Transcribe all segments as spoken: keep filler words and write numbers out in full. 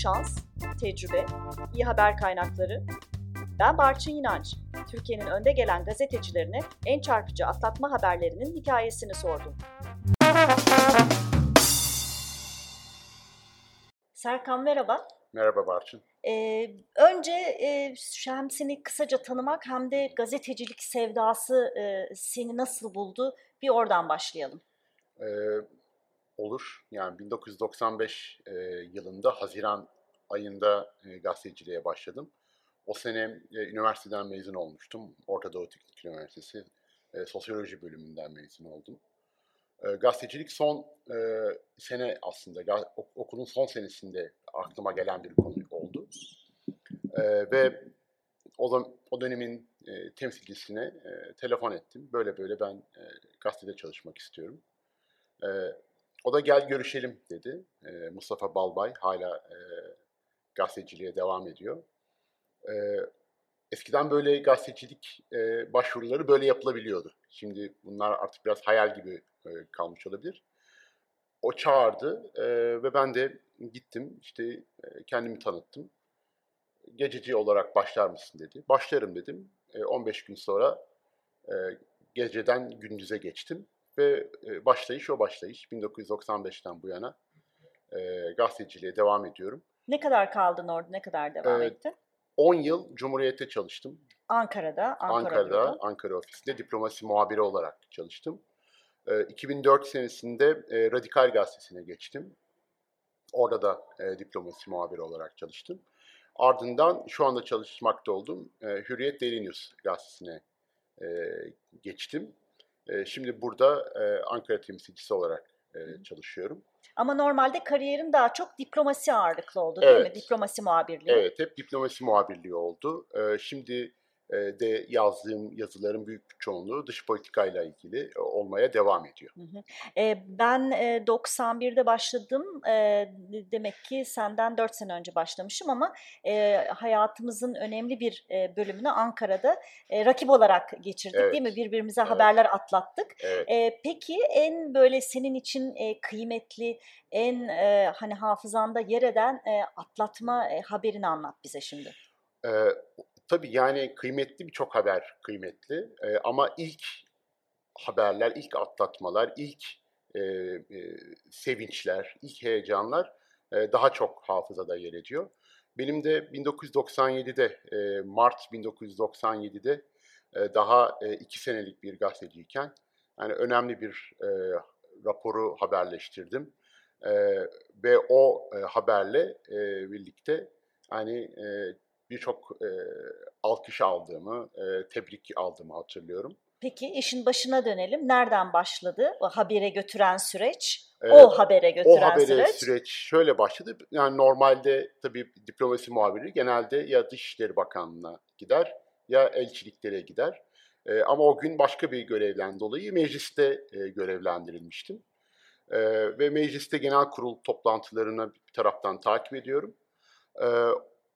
şans, tecrübe, iyi haber kaynakları. Ben Barçın İnanç. Türkiye'nin önde gelen gazetecilerine en çarpıcı atlatma haberlerinin hikayesini sordum. Serkan merhaba. Merhaba Barçın. Ee, önce e, hem seni kısaca tanımak hem de gazetecilik sevdası e, seni nasıl buldu? Bir oradan başlayalım. Ee, olur. Yani bin dokuz yüz doksan beş e, yılında Haziran ayında e, gazeteciliğe başladım. O sene e, üniversiteden mezun olmuştum. Orta Doğu Teknik Üniversitesi e, Sosyoloji bölümünden mezun oldum. E, gazetecilik son e, sene aslında, ga- okulun son senesinde aklıma gelen bir konu oldu. E, ve o, zaman, o dönemin e, temsilcisine e, telefon ettim. Böyle böyle ben e, gazetede çalışmak istiyorum. E, o da gel görüşelim dedi. E, Mustafa Balbay hala e, gazeteciliğe devam ediyor. E, eskiden böyle gazetecilik e, başvuruları böyle yapılabiliyordu. Şimdi bunlar artık biraz hayal gibi e, kalmış olabilir. O çağırdı e, ve ben de gittim. İşte e, kendimi tanıttım. Gececi olarak başlar mısın dedi. Başlarım dedim. E, on beş gün sonra e, geceden gündüze geçtim. Ve e, başlayış o başlayış. bin dokuz yüz doksan beşten bu yana e, gazeteciliğe devam ediyorum. Ne kadar kaldın orada? Ne kadar devam E, ettin? on yıl Cumhuriyet'te çalıştım. Ankara'da, Ankara Ankara'da, Büro. Ankara ofisinde diplomasi muhabiri olarak çalıştım. E, iki bin dört senesinde e, Radikal Gazetesi'ne geçtim. Orada da e, diplomasi muhabiri olarak çalıştım. Ardından şu anda çalışmakta olduğum e, Hürriyet Daily News gazetesine e, geçtim. E, şimdi burada e, Ankara temsilcisi olarak e, çalışıyorum. Ama normalde kariyerin daha çok diplomasi ağırlıklı oldu değil Evet. mi? Diplomasi muhabirliği. Evet, hep diplomasi muhabirliği oldu. E, şimdi e, de yazdığım yazıların büyük bir çoğunluğu dış politikayla ilgili e, olmaya devam ediyor. Hı hı. E, ben e, doksan birde başladım. E, demek ki senden dört sene önce başlamışım ama e, hayatımızın önemli bir e, bölümünü Ankara'da e, rakip olarak geçirdik Evet. değil mi? Birbirimize Evet. haberler atlattık. Evet. E, peki en böyle senin için e, kıymetli, en e, hani hafızanda yer eden e, atlatma e, haberini anlat bize şimdi. E, tabii yani kıymetli birçok haber kıymetli e, ama ilk haberler, ilk atlatmalar, ilk e, e, sevinçler, ilk heyecanlar e, daha çok hafızada yer ediyor. Benim de bin dokuz yüz doksan yedide, e, Mart bin dokuz yüz doksan yedide e, daha e, iki senelik bir gazeteciyken yani önemli bir e, raporu haberleştirdim. E, ve o e, haberle e, birlikte hani e, birçok e, alkış aldığımı, e, tebrik aldığımı hatırlıyorum. Peki işin başına dönelim. Nereden başladı o habere götüren süreç? Ee, O habere götüren o habere süreç. süreç şöyle başladı. Yani normalde tabii diplomasi muhabiri genelde ya Dışişleri Bakanlığı'na gider ya elçiliklere gider. Ee, ama o gün başka bir görevden dolayı mecliste e, görevlendirilmiştim. Ee, ve mecliste genel kurul toplantılarını bir taraftan takip ediyorum. Ee,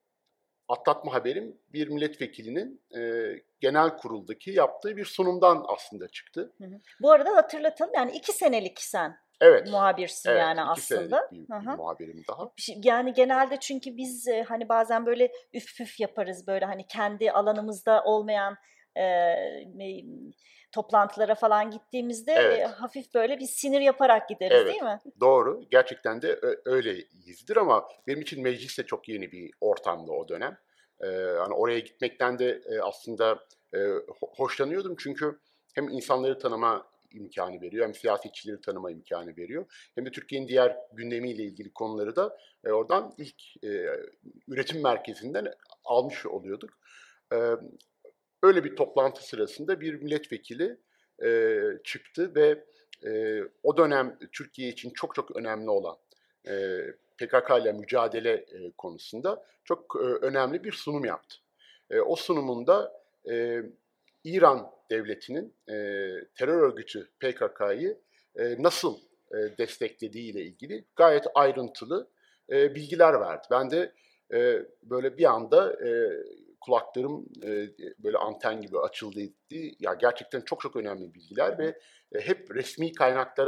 atlatma haberim bir milletvekilinin e, genel kuruldaki yaptığı bir sunumdan aslında çıktı. Hı hı. Bu arada hatırlatalım yani iki senelik sen Evet, muhabirsin evet, yani iki aslında. senelik bir, bir muhabirim daha. Yani genelde çünkü biz e, hani bazen böyle üf püf yaparız böyle hani kendi alanımızda olmayan e, ne- toplantılara falan gittiğimizde Evet. e, hafif böyle bir sinir yaparak gideriz Evet, değil mi? doğru. Gerçekten de ö- öyleyizdir ama benim için meclis de çok yeni bir ortamdı o dönem. Ee, hani oraya gitmekten de e, aslında e, ho- hoşlanıyordum çünkü hem insanları tanıma imkanı veriyor, hem siyasetçileri tanıma imkanı veriyor, hem de Türkiye'nin diğer gündemiyle ilgili konuları da e, oradan ilk e, üretim merkezinden almış oluyorduk. E, öyle bir toplantı sırasında bir milletvekili e, çıktı ve e, o dönem Türkiye için çok çok önemli olan e, P K K ile mücadele e, konusunda çok e, önemli bir sunum yaptı. E, o sunumunda e, İran devletinin e, terör örgütü P K K'yı e, nasıl e, desteklediği ile ilgili gayet ayrıntılı e, bilgiler verdi. Ben de e, böyle bir anda e, kulaklarım e, böyle anten gibi açıldı etti. Ya gerçekten çok çok önemli bilgiler ve e, hep resmi kaynaklara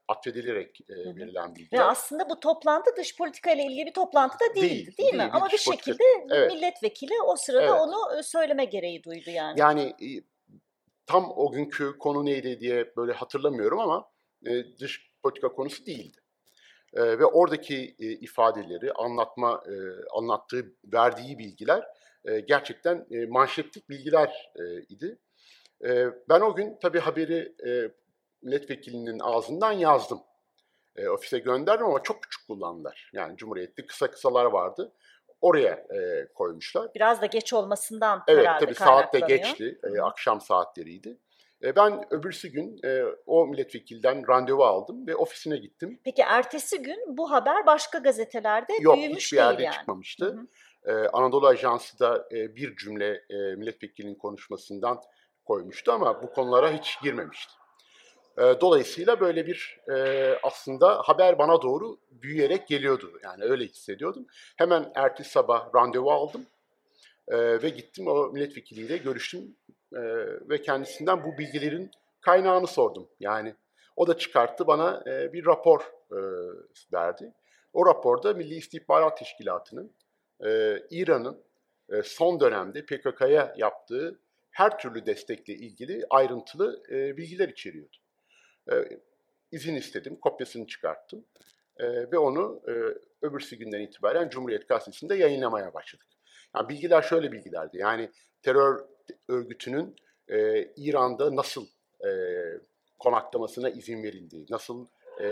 atfedilerek e, Hı hı. verilen Ve bilgiler. aslında bu toplantı dış politika ile ilgili bir toplantı da değildi, Değil, değil mi? değil, bir Ama bir dış politika. şekilde Evet, milletvekili o sırada evet. onu e, söyleme gereği duydu yani. Yani e, tam o günkü konu neydi diye böyle hatırlamıyorum ama e, dış politika konusu değildi. E, ve oradaki e, ifadeleri, anlatma, e, anlattığı, verdiği bilgiler e, gerçekten e, manşetlik bilgiler e, idi. E, ben o gün tabii haberi e, milletvekilinin ağzından yazdım. E, ofise gönderdim ama çok küçük kullandılar. Yani Cumhuriyet'te kısa kısalar vardı. Oraya e, koymuşlar. Biraz da geç olmasından Evet, herhalde tabii saat de kaynaklanıyor. geçti, Hı e, hı. akşam saatleriydi. E, ben öbürsü gün e, o milletvekilden randevu aldım ve ofisine gittim. Peki ertesi gün bu haber başka gazetelerde Yok, büyümüş hiçbir değil yerde yani. Hı çıkmamıştı. hı. E, Anadolu Ajansı da e, bir cümle e, milletvekilinin konuşmasından koymuştu ama bu konulara hiç girmemişti. E, dolayısıyla böyle bir e, aslında haber bana doğru büyüyerek geliyordu. Yani öyle hissediyordum. Hemen ertesi sabah randevu aldım. Ee, ve gittim o milletvekiliyle görüştüm ee, ve kendisinden bu bilgilerin kaynağını sordum. Yani o da çıkarttı bana e, bir rapor e, verdi. O raporda Milli İstihbarat Teşkilatı'nın e, İran'ın e, son dönemde P K K'ya yaptığı her türlü destekle ilgili ayrıntılı e, bilgiler içeriyordu. E, izin istedim, kopyasını çıkarttım e, ve onu e, öbürsü günden itibaren Cumhuriyet Gazetesi'nde yayınlamaya başladık. Yani bilgiler şöyle bilgilerdi. Yani terör örgütünün e, İran'da nasıl e, konaklamasına izin verildiği, nasıl e,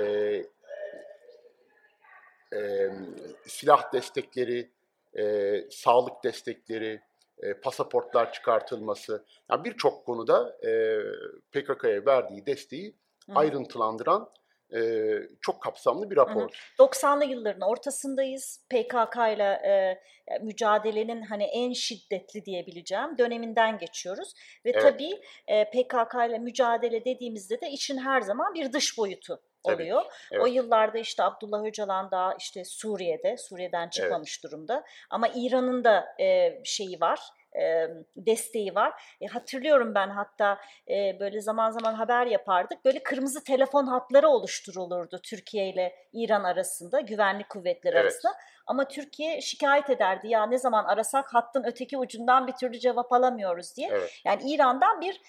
e, silah destekleri, e, sağlık destekleri, e, pasaportlar çıkartılması, yani birçok konuda e, P K K'ya verdiği desteği Hı hı. ayrıntılandıran e, çok kapsamlı bir Hı hı. rapor. doksanlı yılların ortasındayız. P K K ile e, mücadelenin hani en şiddetli diyebileceğim döneminden geçiyoruz. Ve Evet, tabii e, P K K ile mücadele dediğimizde de işin her zaman bir dış boyutu tabii oluyor. ki. O Evet, yıllarda işte Abdullah Öcalan daha işte Suriye'de, Suriye'den evet, çıkmamış durumda. Ama İran'ın da e, şeyi var, e, desteği var. E, hatırlıyorum ben hatta e, böyle zaman zaman haber yapardık. Böyle kırmızı telefon hatları oluşturulurdu Türkiye ile İran arasında, güvenlik kuvvetleri arasında. evet, Ama Türkiye şikayet ederdi ya ne zaman arasak hattın öteki ucundan bir türlü cevap alamıyoruz diye. evet, Yani İran'dan bir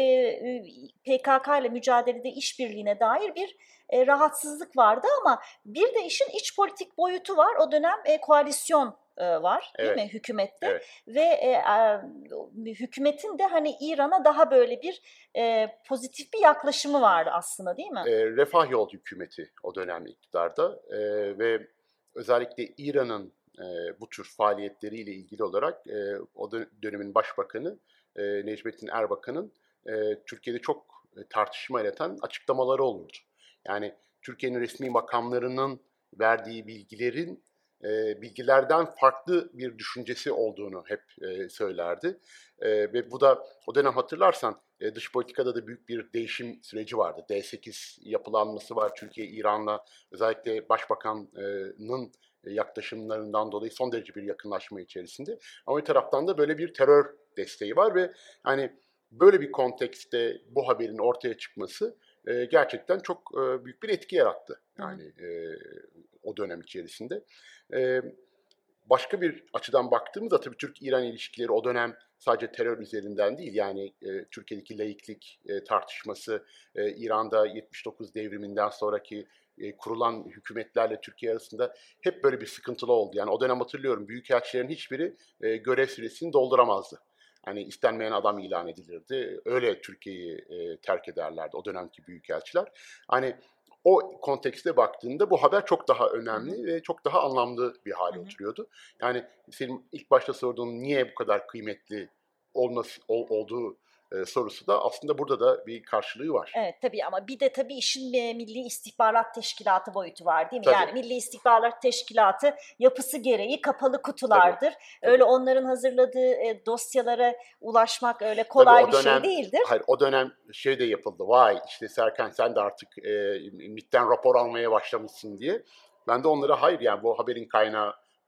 e, P K K ile mücadelede işbirliğine dair bir e, rahatsızlık vardı ama bir de işin iç politik boyutu var. O dönem e, koalisyon e, var değil mi evet, hükümette evet. ve e, e, hükümetin de hani İran'a daha böyle bir e, pozitif bir yaklaşımı vardı aslında değil mi? E, Refah Yol hükümeti o dönem iktidarda e, ve özellikle İran'ın e, bu tür faaliyetleriyle ilgili olarak e, o dönemin başbakanı e, Necmettin Erbakan'ın e, Türkiye'de çok e, tartışma yaratan açıklamaları olurdu. Yani Türkiye'nin resmi makamlarının verdiği bilgilerin e, bilgilerden farklı bir düşüncesi olduğunu hep e, söylerdi. E, ve bu da o dönem hatırlarsan e, dış politikada da büyük bir değişim süreci vardı. D sekiz yapılanması var. Türkiye İran'la özellikle Başbakan'ın yaklaşımlarından dolayı son derece bir yakınlaşma içerisinde. Ama bir taraftan da böyle bir terör desteği var ve hani böyle bir kontekste bu haberin ortaya çıkması e, gerçekten çok e, büyük bir etki yarattı. Hı hı. Yani e, o dönem içerisinde. E, Başka bir açıdan baktığımızda tabii Türk-İran ilişkileri o dönem sadece terör üzerinden değil, yani e, Türkiye'deki laiklik e, tartışması, e, İran'da yetmiş dokuz devriminden sonraki e, kurulan hükümetlerle Türkiye arasında hep böyle bir sıkıntılı oldu. Yani o dönem hatırlıyorum, büyükelçilerin hiçbiri e, görev süresini dolduramazdı. Hani istenmeyen adam ilan edilirdi. Öyle Türkiye'yi e, terk ederlerdi o dönemki büyükelçiler. Hani o kontekste baktığında bu haber çok daha Hı hı. önemli ve çok daha anlamlı bir Hı hale hı. oturuyordu. Yani senin ilk başta sorduğun niye bu kadar kıymetli olması ol, olduğu e, sorusu da aslında burada da bir karşılığı var. Evet tabii ama bir de tabii işin e, Milli İstihbarat Teşkilatı boyutu var değil mi? Tabii, Yani Milli İstihbarat Teşkilatı yapısı gereği kapalı tabii, kutulardır. Öyle tabii. onların hazırladığı e, dosyalara ulaşmak öyle Tabii kolay o bir şey dönem, değildir. hayır o dönem şey de yapıldı. Vay işte Serkan sen de artık e, MİT'ten rapor almaya başlamışsın diye. Ben de onlara hayır, yani bu haberin kaynağı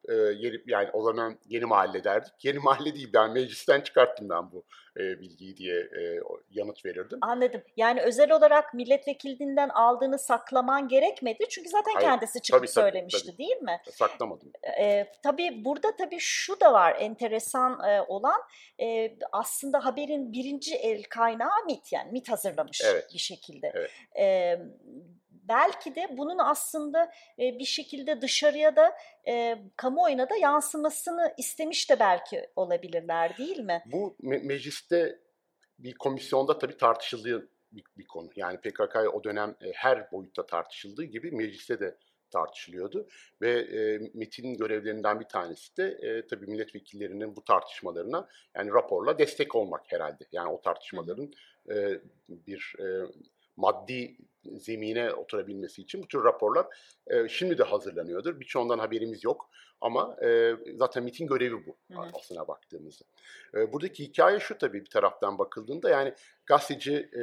e, yeni, yani o zaman Yeni Mahalle derdik. Yeni Mahalle değil, ben meclisten çıkarttım ben bu e, bilgiyi diye e, yanıt verirdim. Anladım. Yani özel olarak milletvekilliğinden aldığını saklaman gerekmedi. Çünkü zaten Hayır, kendisi çıkıp tabii tabii tabii. söylemişti, değil mi? Saklamadım. E, tabii burada tabii şu da var enteresan e, olan e, aslında haberin birinci el kaynağı MİT, yani MİT hazırlamış Evet, bir şekilde. evet. E, belki de bunun aslında e, bir şekilde dışarıya da e, kamuoyuna da yansımasını istemiş de belki olabilirler, değil mi? Bu me- mecliste bir komisyonda tabii tartışıldığı bir, bir konu. Yani P K K o dönem e, her boyutta tartışıldığı gibi mecliste de tartışılıyordu. Ve e, MİT'in görevlerinden bir tanesi de e, tabii milletvekillerinin bu tartışmalarına yani raporla destek olmak herhalde. Yani o tartışmaların e, bir e, maddi zemine oturabilmesi için bu tür raporlar e, şimdi de hazırlanıyordur. Birçoğundan haberimiz yok ama e, zaten MİT'in görevi bu Hı hı. aslına baktığımızda. E, buradaki hikaye şu tabii bir taraftan bakıldığında yani gazeteci e,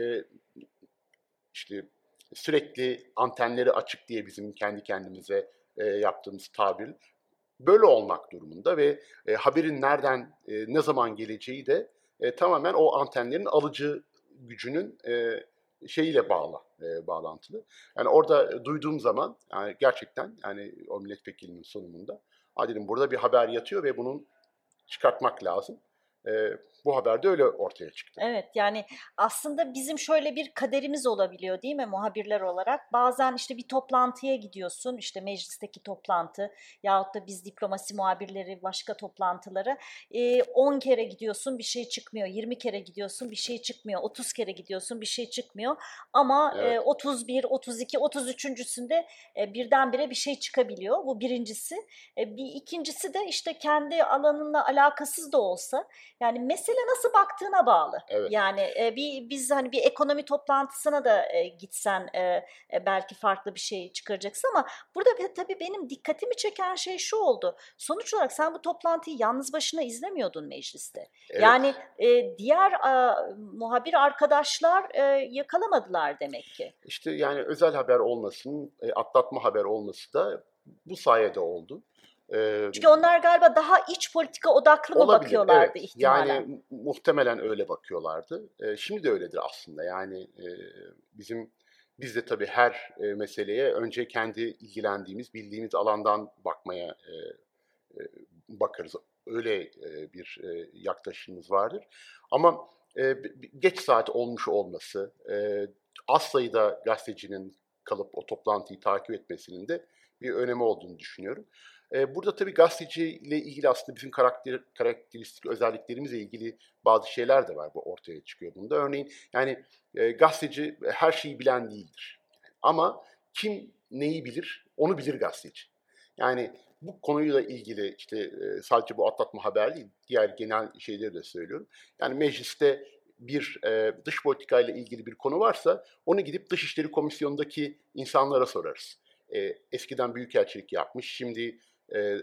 işte sürekli antenleri açık diye bizim kendi kendimize e, yaptığımız tabir böyle olmak durumunda ve e, haberin nereden e, ne zaman geleceği de e, tamamen o antenlerin alıcı gücünün e, şeyiyle bağlı, e, bağlantılı. Yani orada duyduğum zaman yani gerçekten yani o milletvekilinin sunumunda, "Ha," dedim, burada bir haber yatıyor ve bunun çıkartmak lazım. E, bu haber de öyle ortaya çıktı. Evet, yani aslında bizim şöyle bir kaderimiz olabiliyor, değil mi, muhabirler olarak? Bazen işte bir toplantıya gidiyorsun, işte meclisteki toplantı yahut da biz diplomasi muhabirleri başka toplantılara e, on kere gidiyorsun bir şey çıkmıyor, yirmi kere gidiyorsun bir şey çıkmıyor, otuz kere gidiyorsun bir şey çıkmıyor ama e, Evet, otuz bir, otuz iki, otuz üçüncüsünde e, birdenbire bir şey çıkabiliyor. Bu birincisi. E, bir ikincisi de işte kendi alanınla alakasız da olsa, yani mesele nasıl baktığına bağlı. evet. Yani e, bir biz hani bir ekonomi toplantısına da e, gitsen e, e, belki farklı bir şey çıkaracaksın ama burada ve tabii benim dikkatimi çeken şey şu oldu. Sonuç olarak sen bu toplantıyı yalnız başına izlemiyordun mecliste. Yani Evet. e, diğer e, muhabir arkadaşlar e, yakalamadılar demek ki. İşte yani özel haber olmasının, e, atlatma haber olması da bu sayede oldu. E, Çünkü onlar galiba daha iç politika odaklı mı Olabilir, bakıyorlardı evet. ihtimalen? Yani muhtemelen öyle bakıyorlardı. E, şimdi de öyledir aslında. Yani e, bizim biz de tabii her e, meseleye önce kendi ilgilendiğimiz, bildiğimiz alandan bakmaya e, e, bakarız. Öyle e, bir e, yaklaşımımız vardır. Ama e, geç saat olmuş olması, e, az sayıda gazetecinin kalıp o toplantıyı takip etmesinin de bir önemi olduğunu düşünüyorum. E, burada tabii gazeteciyle ilgili aslında bizim karakter, karakteristik özelliklerimizle ilgili bazı şeyler de var, bu ortaya çıkıyor bunda. Örneğin yani e, gazeteci her şeyi bilen değildir. Ama kim neyi bilir, onu bilir gazeteci. Yani bu konuyla ilgili işte e, sadece bu atlatma haber değil, diğer genel şeyleri de söylüyorum. Yani mecliste bir e, dış politika ile ilgili bir konu varsa onu gidip Dışişleri Komisyonu'ndaki insanlara sorarız. E, eskiden büyükelçilik yapmış, şimdi e,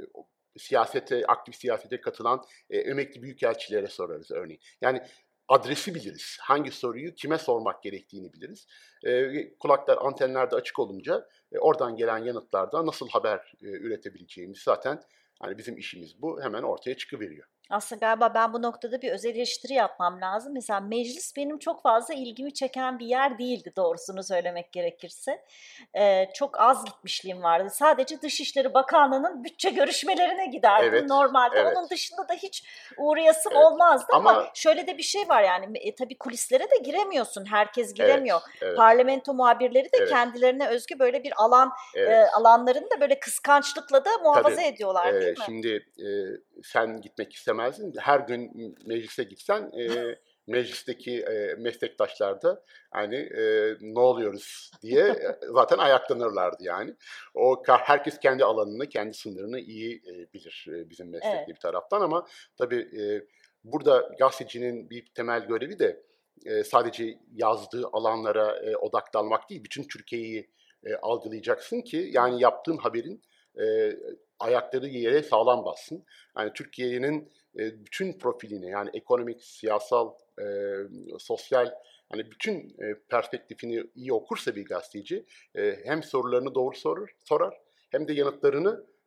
siyasete, aktif siyasete katılan e, emekli büyükelçilere sorarız örneğin. Yani adresi biliriz. Hangi soruyu kime sormak gerektiğini biliriz. E, kulaklar, antenler de açık olunca e, oradan gelen yanıtlarda nasıl haber e, üretebileceğimiz zaten hani bizim işimiz bu. Hemen ortaya çıkıveriyor. Aslında galiba ben bu noktada bir özel eleştiri yapmam lazım. Mesela meclis benim çok fazla ilgimi çeken bir yer değildi, doğrusunu söylemek gerekirse. Ee, çok az gitmişliğim vardı. Sadece Dışişleri Bakanlığı'nın bütçe görüşmelerine giderdim Evet, normalde. Onun evet, dışında da hiç uğrayasım evet. olmazdı ama Ama şöyle de bir şey var, yani e, tabii kulislere de giremiyorsun. Herkes giremiyor. evet, evet, Parlamento muhabirleri de evet, kendilerine özgü böyle bir alan, e, evet. alanlarını da böyle kıskançlıkla da muhafaza Tabii. ediyorlar, değil Eee, mi? şimdi eee, sen gitmek istemezdin. Her gün meclise gitsen eee, meclisteki eee, meslektaşlar da hani eee, ne oluyoruz diye e, zaten ayaklanırlardı yani. O ka- herkes kendi alanını, kendi sınırını iyi e, bilir e, bizim Evet. meslekte bir taraftan ama tabii e, burada gazetecinin bir temel görevi de e, sadece yazdığı alanlara e, odaklanmak değil, bütün Türkiye'yi e, algılayacaksın ki yani yaptığın haberin e, ayakları yere sağlam bassın. Yani Türkiye'nin e, bütün profilini yani ekonomik, siyasal, e, sosyal hani bütün e, perspektifini iyi okursa bir gazeteci e, hem sorularını doğru sorar, sorar hem de yanıtlarını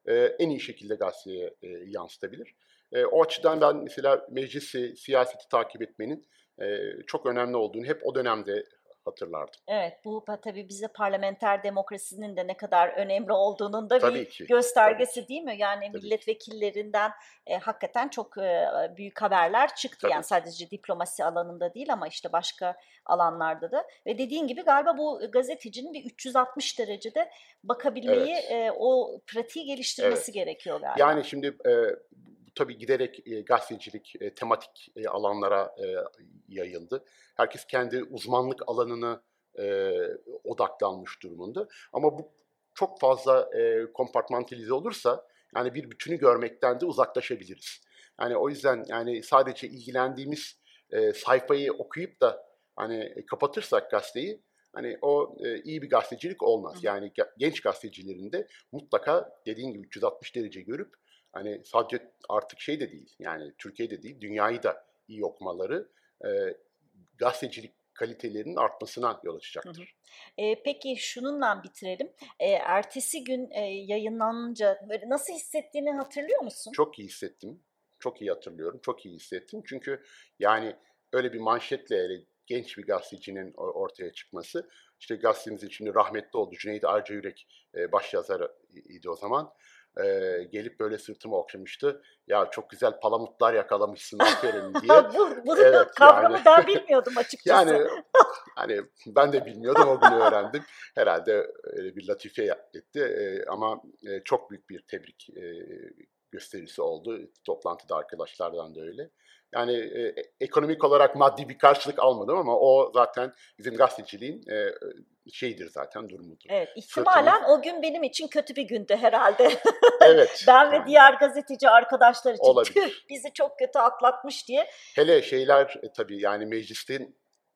e, en iyi şekilde gazeteye e, yansıtabilir. E, o açıdan ben mesela meclisi, siyaseti takip etmenin e, çok önemli olduğunu hep o dönemde hatırlardım. Evet, bu tabii bize parlamenter demokrasinin de ne kadar önemli olduğunun da Tabii bir ki, göstergesi tabii ki, değil mi? Yani tabii ki, milletvekillerinden e, hakikaten çok e, büyük haberler çıktı. Yani tabii ki. sadece diplomasi alanında değil ama işte başka alanlarda da. Ve dediğin gibi galiba bu gazetecinin bir üç yüz altmış derecede bakabilmeyi, Evet, e, o pratiği geliştirmesi evet. gerekiyor galiba. Yani şimdi e, tabii giderek e, gazetecilik e, tematik e, alanlara e, yayıldı. Herkes kendi uzmanlık alanını e, odaklanmış durumunda. Ama bu çok fazla e, kompartmantalize olursa yani bir bütünü görmekten de uzaklaşabiliriz. Yani o yüzden yani sadece ilgilendiğimiz e, sayfayı okuyup da hani kapatırsak gazeteyi hani o e, iyi bir gazetecilik olmaz. Hı hı. Yani genç gazetecilerin de mutlaka dediğin gibi üç yüz altmış derece görüp hani sadece artık şey de değil yani Türkiye'de değil dünyayı da iyi okumaları e, gazetecilik kalitelerinin artmasına yol Hı hı. açacaktır. Eee, peki şununla bitirelim. Eee, ertesi gün, eee, yayınlanınca böyle nasıl hissettiğini hatırlıyor musun? Çok iyi hissettim. Çok iyi hatırlıyorum. Çok iyi hissettim. Çünkü yani öyle bir manşetle öyle genç bir gazetecinin ortaya çıkması. İşte gazetemizin şimdi rahmetli oldu. Cüneyt Arcayürek e, başyazar idi o zaman. E, gelip böyle sırtımı okşamıştı. Ya çok güzel palamutlar yakalamışsın aferin diye. Bu, bunu Evet yani kavramı daha bilmiyordum açıkçası. yani hani ben de bilmiyordum o günü öğrendim. Herhalde öyle bir latife etti e, ama e, çok büyük bir tebrik e, gösterisi oldu. Toplantıda arkadaşlardan da öyle. Yani e, ekonomik olarak maddi bir karşılık almadım ama o zaten bizim gazeteciliğin e, şeyidir zaten durumudur. Evet, Sırtımı ihtimalen o gün benim için kötü bir gündü herhalde. evet Ben ve yani diğer gazeteci arkadaşlar için tüh olabilir. bizi çok kötü atlatmış diye. Hele şeyler e, tabii yani meclisten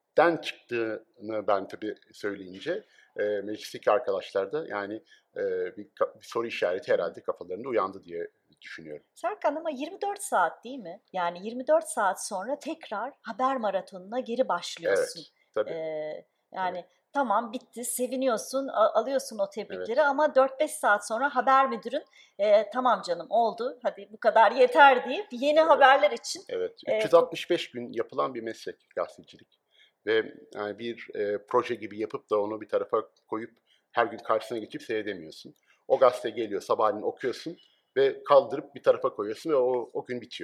çıktığını ben tabii söyleyince e, meclisteki arkadaşlar da yani e, bir, bir soru işareti herhalde kafalarında uyandı diye düşünüyorum. Serkan ama yirmi dört saat değil mi? Yani yirmi dört saat sonra tekrar haber maratonuna geri başlıyorsun. Evet, tabii, Ee, tabii, yani tamam bitti, seviniyorsun, a- alıyorsun o tebrikleri evet, ama dört beş saat sonra haber müdürün e, tamam canım oldu, hadi bu kadar yeter deyip yeni evet, haberler için evet. e, top... üç yüz altmış beş gün yapılan bir meslek gazetecilik ve yani bir e, proje gibi yapıp da onu bir tarafa koyup her gün karşısına geçip seyredemiyorsun. O gazete geliyor, sabahleyin okuyorsun ve kaldırıp bir tarafa koyuyorsun ve o, o gün bitiyor.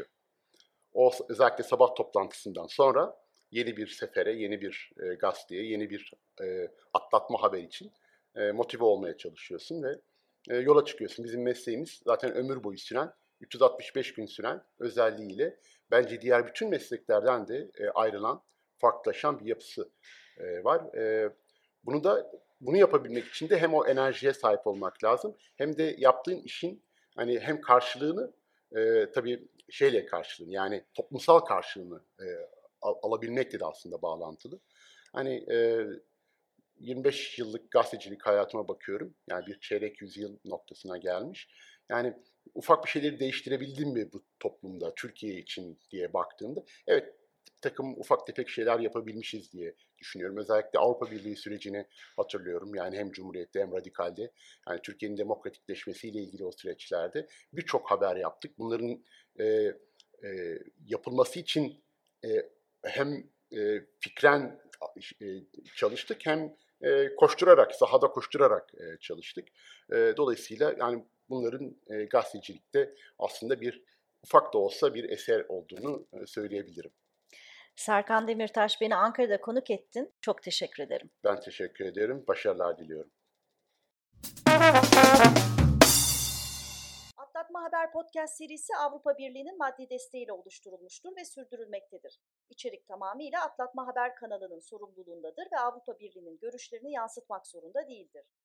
O özellikle sabah toplantısından sonra yeni bir sefere, yeni bir e, gazeteye, yeni bir e, atlatma haber için e, motive olmaya çalışıyorsun ve e, yola çıkıyorsun. Bizim mesleğimiz zaten ömür boyu süren, üç yüz altmış beş gün süren özelliğiyle bence diğer bütün mesleklerden de e, ayrılan, farklılaşan bir yapısı e, var. E, bunu da bunu yapabilmek için de hem o enerjiye sahip olmak lazım, hem de yaptığın işin hani hem karşılığını e, tabii şeyle karşılığını yani toplumsal karşılığını e, al, alabilmekle de aslında bağlantılı. Hani e, yirmi beş yıllık gazetecilik hayatıma bakıyorum. Yani bir çeyrek yüzyıl noktasına gelmiş. Yani ufak bir şeyleri değiştirebildim mi bu toplumda, Türkiye için diye baktığımda evet bir takım ufak tefek şeyler yapabilmişiz diye düşünüyorum. Özellikle Avrupa Birliği sürecini hatırlıyorum. Yani hem Cumhuriyet'te hem Radikal'de. Yani Türkiye'nin demokratikleşmesiyle ilgili o süreçlerde birçok haber yaptık. Bunların e, e, yapılması için e, hem e, fikren e, çalıştık hem e, koşturarak, sahada koşturarak e, çalıştık. E, dolayısıyla yani bunların e, gazetecilikte aslında bir ufak da olsa bir eser olduğunu e, söyleyebilirim. Serkan Demirtaş, beni Ankara'da konuk ettin. Çok teşekkür ederim. Ben teşekkür ederim. Başarılar diliyorum. Atlatma Haber Podcast serisi Avrupa Birliği'nin maddi desteğiyle oluşturulmuştur ve sürdürülmektedir. İçerik tamamıyla Atlatma Haber kanalının sorumluluğundadır ve Avrupa Birliği'nin görüşlerini yansıtmak zorunda değildir.